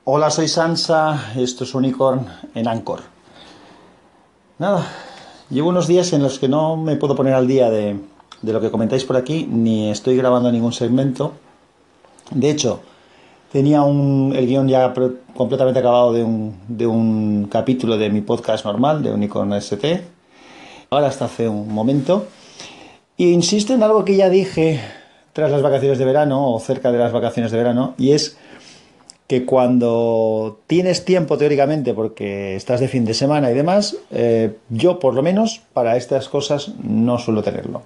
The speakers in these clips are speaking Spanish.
Hola, soy Sansa, esto es Unicorn en Anchor. Nada, llevo unos días en los que no me puedo poner al día de lo que comentáis por aquí, ni estoy grabando ningún segmento. De hecho, tenía el guión ya completamente acabado de un capítulo de mi podcast normal, de Unicorn ST, ahora hasta hace un momento. E insisto en algo que ya dije tras las vacaciones de verano o cerca de las vacaciones de verano, y es que cuando tienes tiempo teóricamente porque estás de fin de semana y demás, yo por lo menos para estas cosas no suelo tenerlo.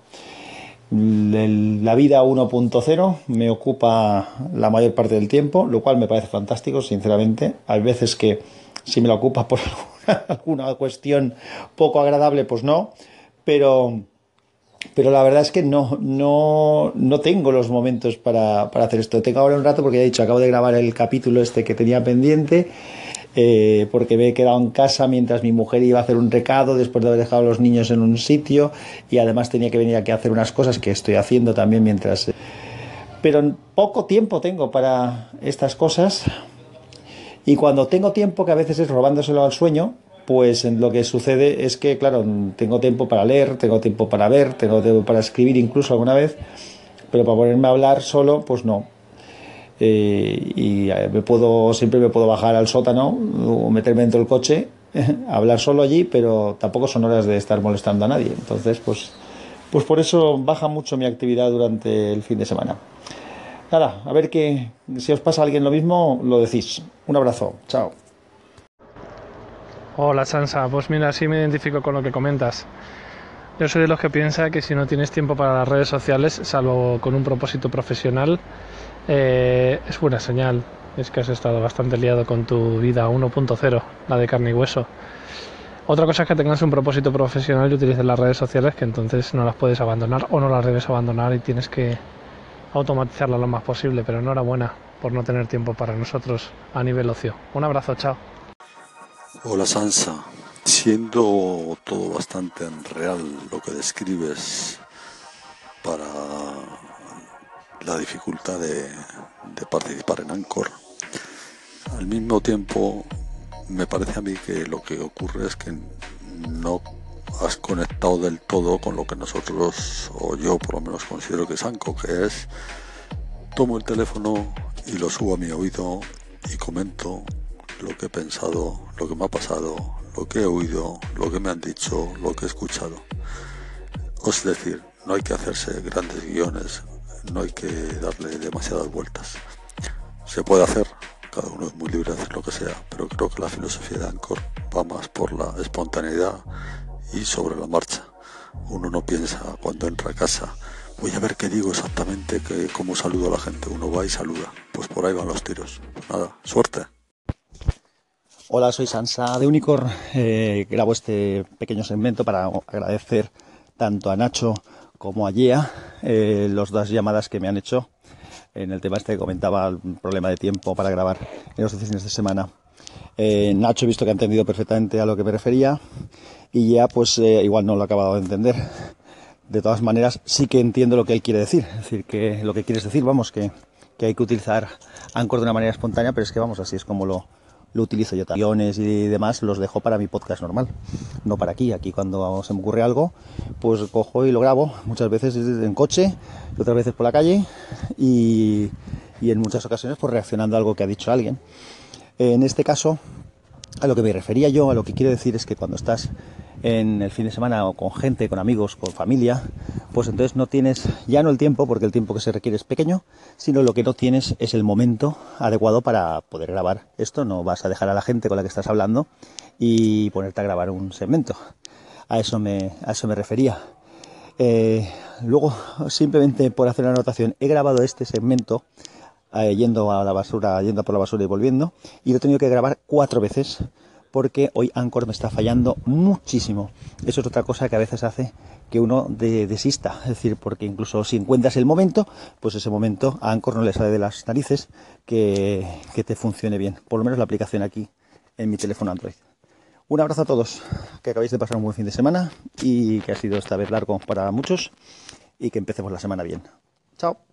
La vida 1.0 me ocupa la mayor parte del tiempo, lo cual me parece fantástico, sinceramente. Hay veces que si me la ocupa por alguna cuestión poco agradable, pues no, pero la verdad es que no tengo los momentos para hacer esto. Tengo ahora un rato porque ya he dicho, acabo de grabar el capítulo este que tenía pendiente, porque me he quedado en casa mientras mi mujer iba a hacer un recado después de haber dejado a los niños en un sitio, y además tenía que venir aquí a hacer unas cosas que estoy haciendo también mientras... Pero poco tiempo tengo para estas cosas, y cuando tengo tiempo, que a veces es robándoselo al sueño, pues lo que sucede es que, claro, tengo tiempo para leer, tengo tiempo para ver, tengo tiempo para escribir incluso alguna vez, pero para ponerme a hablar solo, pues no. Siempre me puedo bajar al sótano o meterme dentro del coche, hablar solo allí, pero tampoco son horas de estar molestando a nadie. Entonces, pues por eso baja mucho mi actividad durante el fin de semana. Nada, a ver que si os pasa a alguien lo mismo, lo decís. Un abrazo, chao. Hola Sansa, pues mira, sí me identifico con lo que comentas. Yo soy de los que piensa que si no tienes tiempo para las redes sociales, salvo con un propósito profesional, es buena señal. Es que has estado bastante liado con tu vida 1.0, la de carne y hueso. Otra cosa es que tengas un propósito profesional y utilices las redes sociales, que entonces no las puedes abandonar o no las debes abandonar y tienes que automatizarlas lo más posible. Pero enhorabuena por no tener tiempo para nosotros a nivel ocio. Un abrazo, chao. Hola Sansa, siendo todo bastante real lo que describes para la dificultad de participar en Anchor, al mismo tiempo me parece a mí que lo que ocurre es que no has conectado del todo con lo que nosotros, o yo por lo menos considero que es Anchor, que es tomo el teléfono y lo subo a mi oído y comento lo que he pensado, lo que me ha pasado, lo que he oído, lo que me han dicho, lo que he escuchado. Es decir, no hay que hacerse grandes guiones, no hay que darle demasiadas vueltas. Se puede hacer, cada uno es muy libre de hacer lo que sea, pero creo que la filosofía de Anchor va más por la espontaneidad y sobre la marcha. Uno no piensa cuando entra a casa, voy a ver qué digo exactamente, cómo saludo a la gente. Uno va y saluda. Pues por ahí van los tiros. Pues nada, suerte. Hola, soy Sansa de Unicorn. Grabo este pequeño segmento para agradecer tanto a Nacho como a Gia las dos llamadas que me han hecho en el tema este que comentaba, el problema de tiempo para grabar en los fines de semana. Nacho he visto que ha entendido perfectamente a lo que me refería, y Gia pues igual no lo ha acabado de entender. De todas maneras sí que entiendo lo que él quiere decir. Es decir, que lo que quieres decir, vamos, que hay que utilizar Anchor de una manera espontánea, pero es que vamos, así es como lo utilizo yo. Guiones y demás los dejo para mi podcast normal, no para aquí. Aquí cuando se me ocurre algo, pues cojo y lo grabo, muchas veces en coche, otras veces por la calle, y en muchas ocasiones pues reaccionando a algo que ha dicho alguien. En este caso, a lo que me refería yo, a lo que quiero decir es que cuando estás en el fin de semana o con gente, con amigos, con familia, pues entonces no tienes ya no el tiempo, porque el tiempo que se requiere es pequeño, sino lo que no tienes es el momento adecuado para poder grabar esto. No vas a dejar a la gente con la que estás hablando y ponerte a grabar un segmento. A eso me refería. Luego, simplemente por hacer una anotación, he grabado este segmento yendo a la basura, yendo por la basura y volviendo, y lo he tenido que grabar 4 veces porque hoy Anchor me está fallando muchísimo. Eso es otra cosa que a veces hace que uno desista, es decir, porque incluso si encuentras el momento, pues ese momento a Anchor no le sale de las narices que te funcione bien, por lo menos la aplicación aquí en mi teléfono Android. Un abrazo a todos, que acabéis de pasar un buen fin de semana y que ha sido esta vez largo para muchos, y que empecemos la semana bien. Chao.